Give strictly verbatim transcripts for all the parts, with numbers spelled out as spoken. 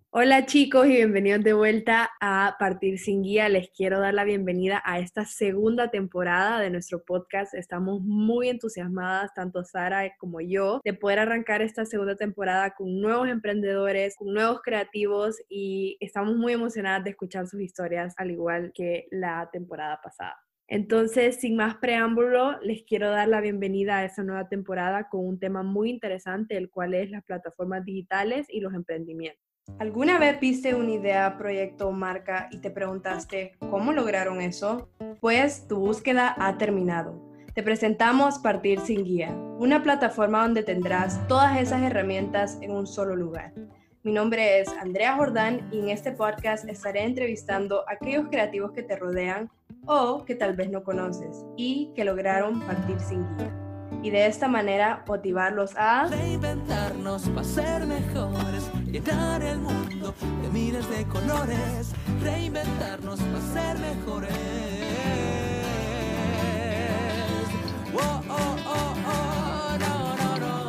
Hola chicos y bienvenidos de vuelta a Partir sin Guía. Les quiero dar la bienvenida a esta segunda temporada de nuestro podcast. Estamos muy entusiasmadas, tanto Sara como yo, de poder arrancar esta segunda temporada con nuevos emprendedores, con nuevos creativos y estamos muy emocionadas de escuchar sus historias, al igual que la temporada pasada. Entonces, sin más preámbulo, les quiero dar la bienvenida a esta nueva temporada con un tema muy interesante, el cual es las plataformas digitales y los emprendimientos. ¿Alguna vez viste una idea, proyecto o marca y te preguntaste cómo lograron eso? Pues tu búsqueda ha terminado. Te presentamos Partir sin Guía, una plataforma donde tendrás todas esas herramientas en un solo lugar. Mi nombre es Andrea Jordán y en este podcast estaré entrevistando a aquellos creativos que te rodean o que tal vez no conoces y que lograron partir sin guía. Y de esta manera motivarlos a reinventarnos para ser mejores, llenar el mundo de miles de colores, reinventarnos para ser mejores. Oh, oh, oh, oh, no, no, no.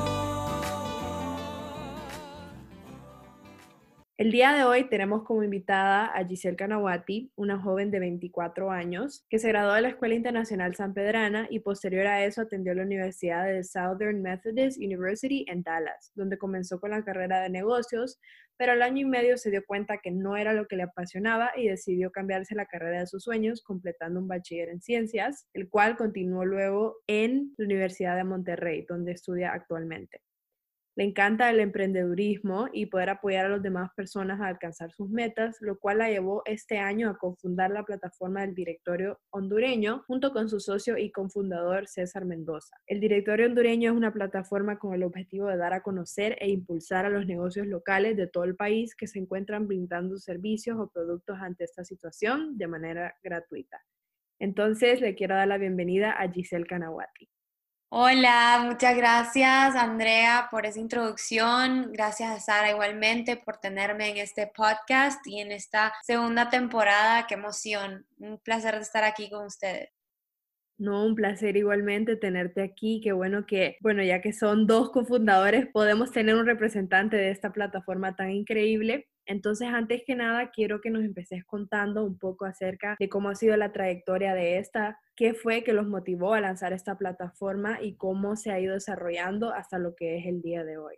El día de hoy tenemos como invitada a Giselle Canawati, una joven de veinticuatro años que se graduó de la Escuela Internacional San Pedrana y posterior a eso atendió la Universidad de Southern Methodist University en Dallas, donde comenzó con la carrera de negocios, pero al año y medio se dio cuenta que no era lo que le apasionaba y decidió cambiarse la carrera de sus sueños, completando un bachiller en ciencias, el cual continuó luego en la Universidad de Monterrey, donde estudia actualmente. Le encanta el emprendedurismo y poder apoyar a las demás personas a alcanzar sus metas, lo cual la llevó este año a cofundar la plataforma del Directorio Hondureño junto con su socio y cofundador César Mendoza. El Directorio Hondureño es una plataforma con el objetivo de dar a conocer e impulsar a los negocios locales de todo el país que se encuentran brindando servicios o productos ante esta situación de manera gratuita. Entonces, le quiero dar la bienvenida a Giselle Canawati. Hola, muchas gracias Andrea por esa introducción. Gracias a Sara igualmente por tenerme en este podcast y en esta segunda temporada. Qué emoción. Un placer de estar aquí con ustedes. No, un placer igualmente tenerte aquí. Qué bueno que, bueno, ya que son dos cofundadores, podemos tener un representante de esta plataforma tan increíble. Entonces, antes que nada, quiero que nos empeces contando un poco acerca de cómo ha sido la trayectoria de esta, qué fue que los motivó a lanzar esta plataforma y cómo se ha ido desarrollando hasta lo que es el día de hoy.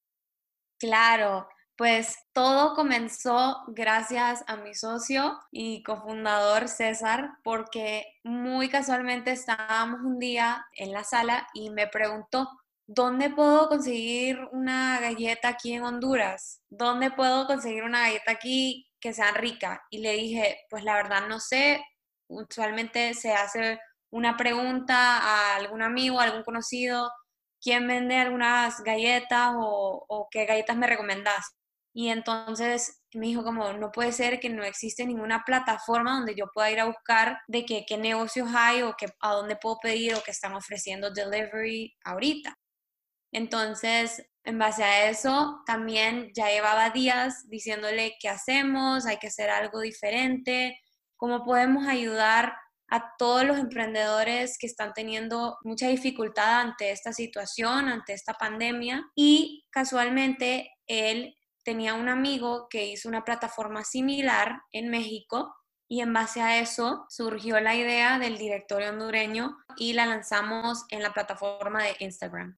Claro, pues todo comenzó gracias a mi socio y cofundador César, porque muy casualmente estábamos un día en la sala y me preguntó, ¿dónde puedo conseguir una galleta aquí en Honduras? ¿Dónde puedo conseguir una galleta aquí que sea rica? Y le dije, pues la verdad no sé, usualmente se hace una pregunta a algún amigo, a algún conocido, quién vende algunas galletas o, o qué galletas me recomendás. Y entonces me dijo como, no puede ser que no existe ninguna plataforma donde yo pueda ir a buscar de que, qué negocios hay o que, a dónde puedo pedir o que están ofreciendo delivery ahorita. Entonces, en base a eso, también ya llevaba días diciéndole qué hacemos, hay que hacer algo diferente, cómo podemos ayudar a todos los emprendedores que están teniendo mucha dificultad ante esta situación, ante esta pandemia. Y casualmente él tenía un amigo que hizo una plataforma similar en México y en base a eso surgió la idea del directorio hondureño y la lanzamos en la plataforma de Instagram.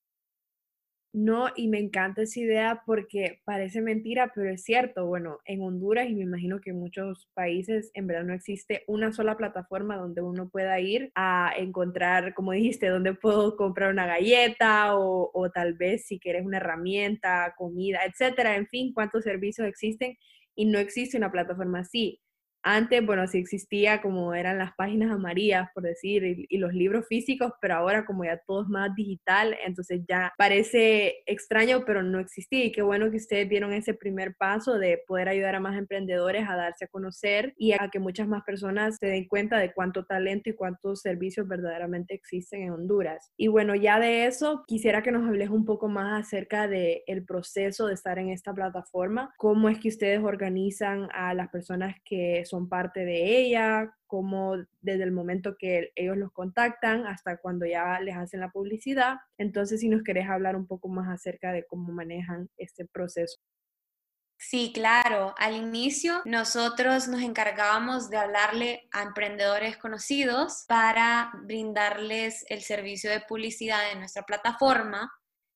No, y me encanta esa idea porque parece mentira, pero es cierto. Bueno, en Honduras y me imagino que en muchos países en verdad no existe una sola plataforma donde uno pueda ir a encontrar, como dijiste, donde puedo comprar una galleta o, o tal vez si quieres una herramienta, comida, etcétera. En fin, cuántos servicios existen y no existe una plataforma así. Antes, bueno, sí existía como eran las páginas amarillas, por decir, y, y los libros físicos, pero ahora como ya todo es más digital, entonces ya parece extraño, pero no existía. Y qué bueno que ustedes dieron ese primer paso de poder ayudar a más emprendedores a darse a conocer y a que muchas más personas se den cuenta de cuánto talento y cuántos servicios verdaderamente existen en Honduras. Y bueno, ya de eso, quisiera que nos hables un poco más acerca del proceso de estar en esta plataforma, cómo es que ustedes organizan a las personas que son parte de ella, cómo desde el momento que ellos los contactan hasta cuando ya les hacen la publicidad. Entonces, si nos querés hablar un poco más acerca de cómo manejan este proceso. Sí, claro. Al inicio nosotros nos encargábamos de hablarle a emprendedores conocidos para brindarles el servicio de publicidad de nuestra plataforma.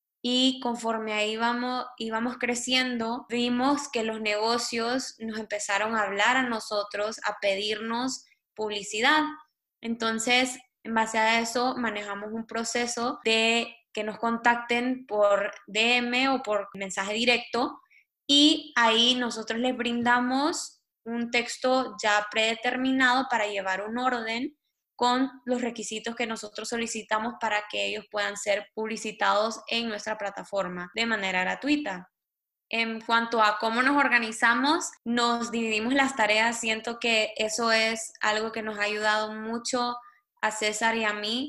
Y conforme ahí íbamos, íbamos creciendo, vimos que los negocios nos empezaron a hablar a nosotros, a pedirnos publicidad. Entonces, en base a eso, manejamos un proceso de que nos contacten por D M o por mensaje directo, y ahí nosotros les brindamos un texto ya predeterminado para llevar un orden con los requisitos que nosotros solicitamos para que ellos puedan ser publicitados en nuestra plataforma de manera gratuita. En cuanto a cómo nos organizamos, nos dividimos las tareas. Siento que eso es algo que nos ha ayudado mucho a César y a mí,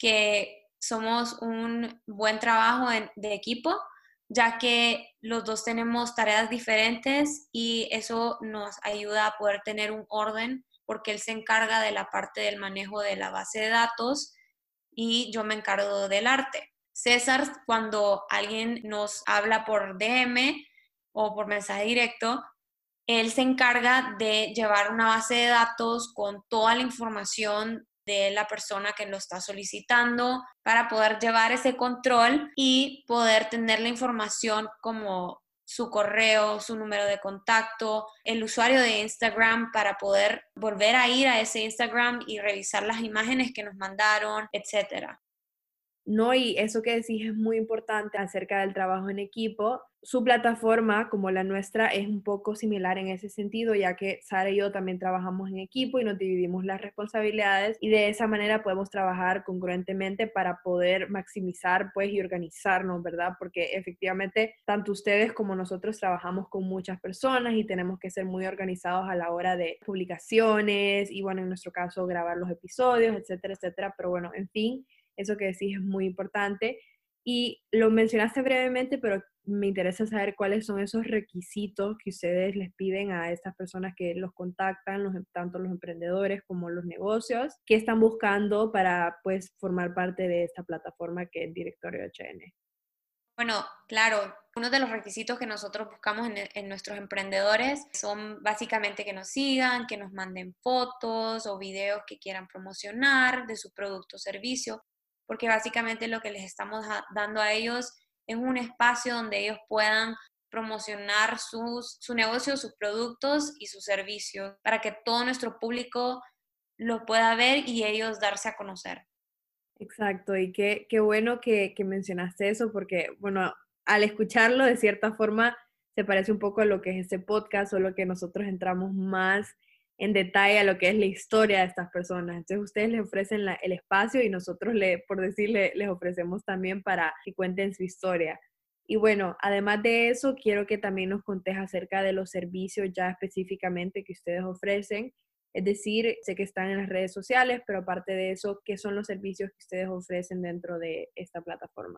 que somos un buen trabajo en- de equipo, ya que los dos tenemos tareas diferentes y eso nos ayuda a poder tener un orden, porque él se encarga de la parte del manejo de la base de datos y yo me encargo del arte. César, cuando alguien nos habla por D M o por mensaje directo, él se encarga de llevar una base de datos con toda la información de la persona que lo está solicitando para poder llevar ese control y poder tener la información como su correo, su número de contacto, el usuario de Instagram para poder volver a ir a ese Instagram y revisar las imágenes que nos mandaron, etcétera. No, y eso que decís es muy importante acerca del trabajo en equipo. Su plataforma, como la nuestra, es un poco similar en ese sentido, ya que Sara y yo también trabajamos en equipo y nos dividimos las responsabilidades y de esa manera podemos trabajar congruentemente para poder maximizar, pues, y organizarnos, ¿verdad? Porque efectivamente, tanto ustedes como nosotros trabajamos con muchas personas y tenemos que ser muy organizados a la hora de publicaciones y, bueno, en nuestro caso, grabar los episodios, etcétera, etcétera. Pero bueno, en fin, eso que decís es muy importante. Y lo mencionaste brevemente, pero me interesa saber cuáles son esos requisitos que ustedes les piden a estas personas que los contactan, los, tanto los emprendedores como los negocios, que están buscando para, pues, formar parte de esta plataforma que es Directorio H N. Bueno, claro, uno de los requisitos que nosotros buscamos en, en nuestros emprendedores son básicamente que nos sigan, que nos manden fotos o videos que quieran promocionar de su producto o servicio, porque básicamente lo que les estamos a- dando a ellos es un espacio donde ellos puedan promocionar sus, su negocio, sus productos y sus servicios, para que todo nuestro público lo pueda ver y ellos darse a conocer. Exacto, y qué, qué bueno que, que mencionaste eso, porque, bueno, al escucharlo de cierta forma se parece un poco a lo que es este podcast, solo que nosotros entramos más en detalle a lo que es la historia de estas personas. Entonces ustedes les ofrecen la- el espacio y nosotros, le, por decirle, les ofrecemos también para que cuenten su historia. Y bueno, además de eso, quiero que también nos contés acerca de los servicios ya específicamente que ustedes ofrecen. Es decir, sé que están en las redes sociales, pero aparte de eso, ¿qué son los servicios que ustedes ofrecen dentro de esta plataforma?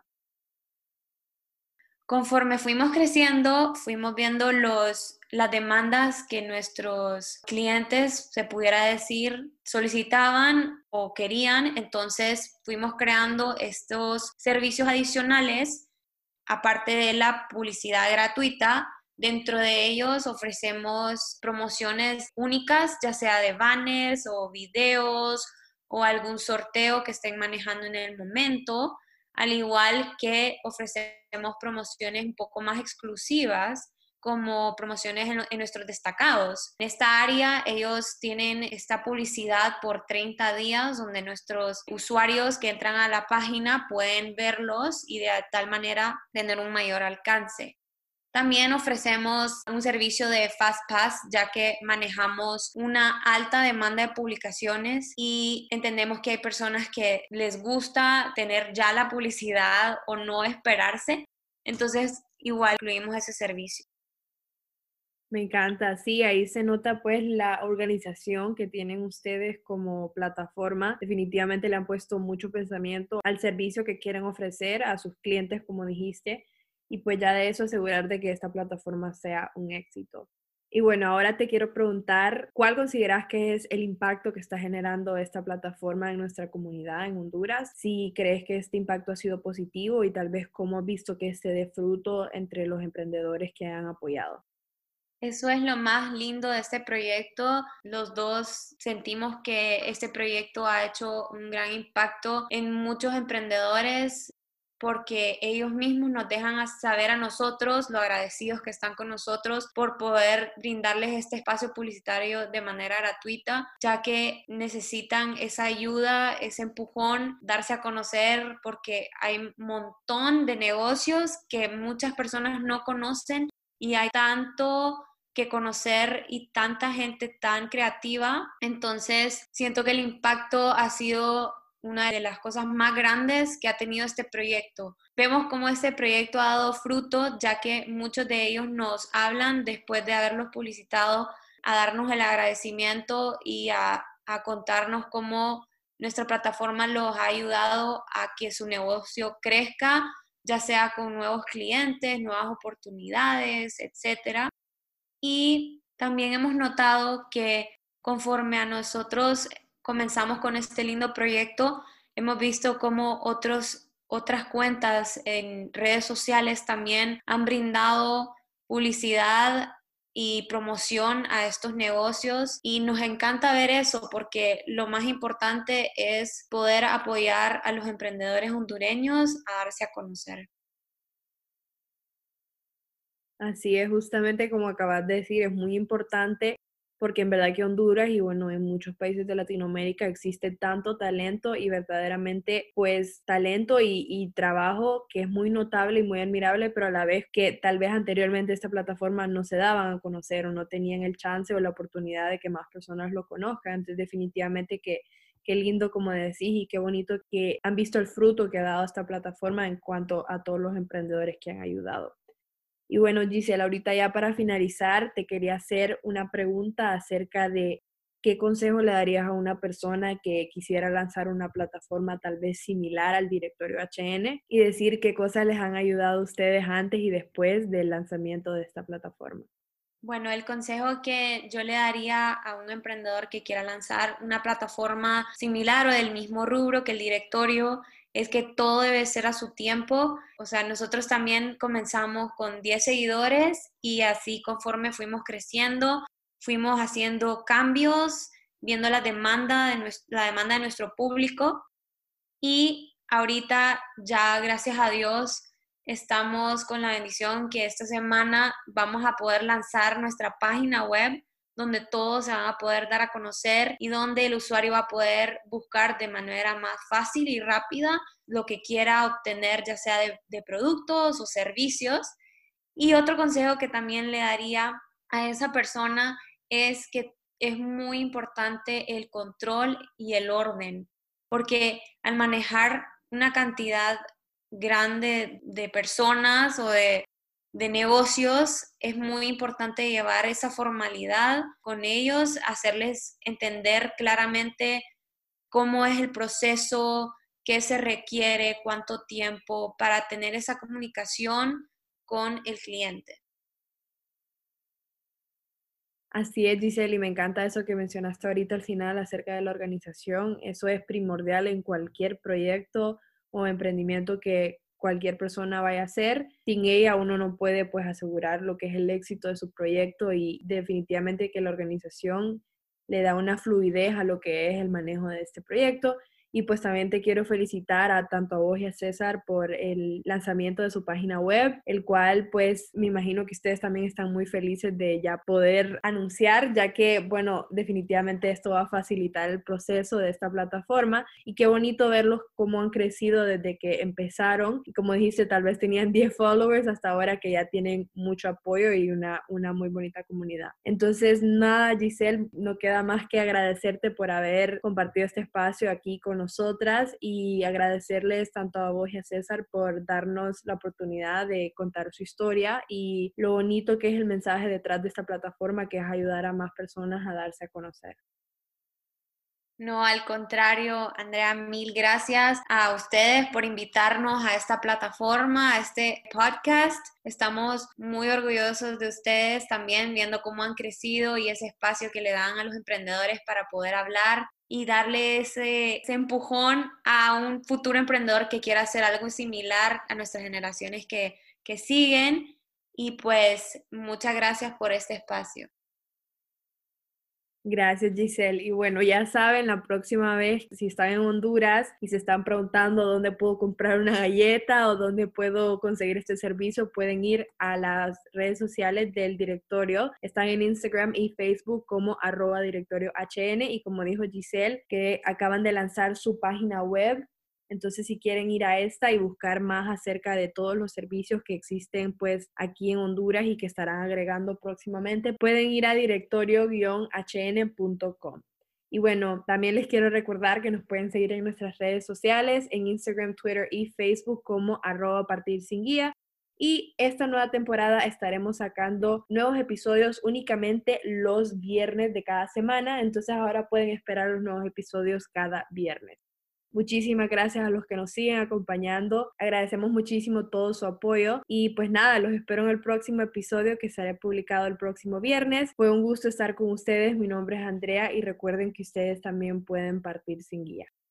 Conforme fuimos creciendo, fuimos viendo los, las demandas que nuestros clientes, se pudiera decir, solicitaban o querían. Entonces fuimos creando estos servicios adicionales, aparte de la publicidad gratuita. Dentro de ellos ofrecemos promociones únicas, ya sea de banners o videos o algún sorteo que estén manejando en el momento, al igual que ofrecemos promociones un poco más exclusivas, como promociones en, en nuestros destacados. En esta área ellos tienen esta publicidad por treinta días, donde nuestros usuarios que entran a la página pueden verlos y de tal manera tener un mayor alcance. También ofrecemos un servicio de FastPass, ya que manejamos una alta demanda de publicaciones y entendemos que hay personas que les gusta tener ya la publicidad o no esperarse. Entonces, igual incluimos ese servicio. Me encanta, sí, ahí se nota pues la organización que tienen ustedes como plataforma. Definitivamente le han puesto mucho pensamiento al servicio que quieren ofrecer a sus clientes, como dijiste, y pues ya de eso asegurar de que esta plataforma sea un éxito. Y bueno, ahora te quiero preguntar, ¿cuál consideras que es el impacto que está generando esta plataforma en nuestra comunidad en Honduras? Si crees que este impacto ha sido positivo y tal vez cómo has visto que se dé fruto entre los emprendedores que han apoyado. Eso es lo más lindo de este proyecto. Los dos sentimos que este proyecto ha hecho un gran impacto en muchos emprendedores porque ellos mismos nos dejan saber a nosotros lo agradecidos que están con nosotros por poder brindarles este espacio publicitario de manera gratuita, ya que necesitan esa ayuda, ese empujón, darse a conocer, porque hay un montón de negocios que muchas personas no conocen y hay tanto que conocer y tanta gente tan creativa. Entonces siento que el impacto ha sido una de las cosas más grandes que ha tenido este proyecto. Vemos cómo este proyecto ha dado fruto, ya que muchos de ellos nos hablan después de haberlos publicitado, a darnos el agradecimiento y a, a contarnos cómo nuestra plataforma los ha ayudado a que su negocio crezca, ya sea con nuevos clientes, nuevas oportunidades, etcétera. Y también hemos notado que conforme a nosotros comenzamos con este lindo proyecto, hemos visto cómo otros, otras cuentas en redes sociales también han brindado publicidad y promoción a estos negocios y nos encanta ver eso porque lo más importante es poder apoyar a los emprendedores hondureños a darse a conocer. Así es, justamente como acabas de decir, es muy importante porque en verdad que Honduras y bueno, en muchos países de Latinoamérica existe tanto talento y verdaderamente pues talento y, y trabajo que es muy notable y muy admirable, pero a la vez que tal vez anteriormente esta plataforma no se daban a conocer o no tenían el chance o la oportunidad de que más personas lo conozcan. Entonces definitivamente que qué lindo como decís y qué bonito que han visto el fruto que ha dado esta plataforma en cuanto a todos los emprendedores que han ayudado. Y bueno, Giselle, ahorita ya para finalizar, te quería hacer una pregunta acerca de qué consejo le darías a una persona que quisiera lanzar una plataforma tal vez similar al directorio H N y decir qué cosas les han ayudado a ustedes antes y después del lanzamiento de esta plataforma. Bueno, el consejo que yo le daría a un emprendedor que quiera lanzar una plataforma similar o del mismo rubro que el directorio es que todo debe ser a su tiempo. O sea, nosotros también comenzamos con diez seguidores y así conforme fuimos creciendo, fuimos haciendo cambios, viendo la demanda de nuestro, la demanda de nuestro público y ahorita ya, gracias a Dios, estamos con la bendición que esta semana vamos a poder lanzar nuestra página web donde todos se van a poder dar a conocer y donde el usuario va a poder buscar de manera más fácil y rápida lo que quiera obtener, ya sea de, de productos o servicios. Y otro consejo que también le daría a esa persona es que es muy importante el control y el orden, porque al manejar una cantidad grande de personas o de, de negocios, es muy importante llevar esa formalidad con ellos, hacerles entender claramente cómo es el proceso, qué se requiere, cuánto tiempo para tener esa comunicación con el cliente. Así es, Giselle, y me encanta eso que mencionaste ahorita al final acerca de la organización. Eso es primordial en cualquier proyecto o emprendimiento que cualquier persona vaya a hacer. Sin ella uno no puede pues asegurar lo que es el éxito de su proyecto y definitivamente que la organización le da una fluidez a lo que es el manejo de este proyecto. Y pues también te quiero felicitar a tanto a vos y a César por el lanzamiento de su página web, el cual pues me imagino que ustedes también están muy felices de ya poder anunciar, ya que bueno, definitivamente esto va a facilitar el proceso de esta plataforma y qué bonito verlos cómo han crecido desde que empezaron y como dijiste, tal vez tenían diez followers hasta ahora que ya tienen mucho apoyo y una, una muy bonita comunidad. Entonces nada, Giselle, no queda más que agradecerte por haber compartido este espacio aquí con nosotras y agradecerles tanto a vos y a César por darnos la oportunidad de contar su historia y lo bonito que es el mensaje detrás de esta plataforma, que es ayudar a más personas a darse a conocer. No, al contrario, Andrea, mil gracias a ustedes por invitarnos a esta plataforma, a este podcast. Estamos muy orgullosos de ustedes también, viendo cómo han crecido y ese espacio que le dan a los emprendedores para poder hablar y darle ese, ese empujón a un futuro emprendedor que quiera hacer algo similar a nuestras generaciones que, que siguen. y pues muchas gracias por este espacio. Gracias, Giselle. Y bueno, ya saben, la próxima vez, si están en Honduras y se están preguntando dónde puedo comprar una galleta o dónde puedo conseguir este servicio, pueden ir a las redes sociales del directorio. Están en Instagram y Facebook como arroba directorio H N, y como dijo Giselle, que acaban de lanzar su página web. Entonces, si quieren ir a esta y buscar más acerca de todos los servicios que existen pues aquí en Honduras y que estarán agregando próximamente, pueden ir a directorio guion h n punto com. Y bueno, también les quiero recordar que nos pueden seguir en nuestras redes sociales, en Instagram, Twitter y Facebook como arroba partir sin guía. Y esta nueva temporada estaremos sacando nuevos episodios únicamente los viernes de cada semana. Entonces ahora pueden esperar los nuevos episodios cada viernes. Muchísimas gracias a los que nos siguen acompañando. Agradecemos muchísimo todo su apoyo. Y pues nada, los espero en el próximo episodio que será publicado el próximo viernes. Fue un gusto estar con ustedes. Mi nombre es Andrea y recuerden que ustedes también pueden partir sin guía.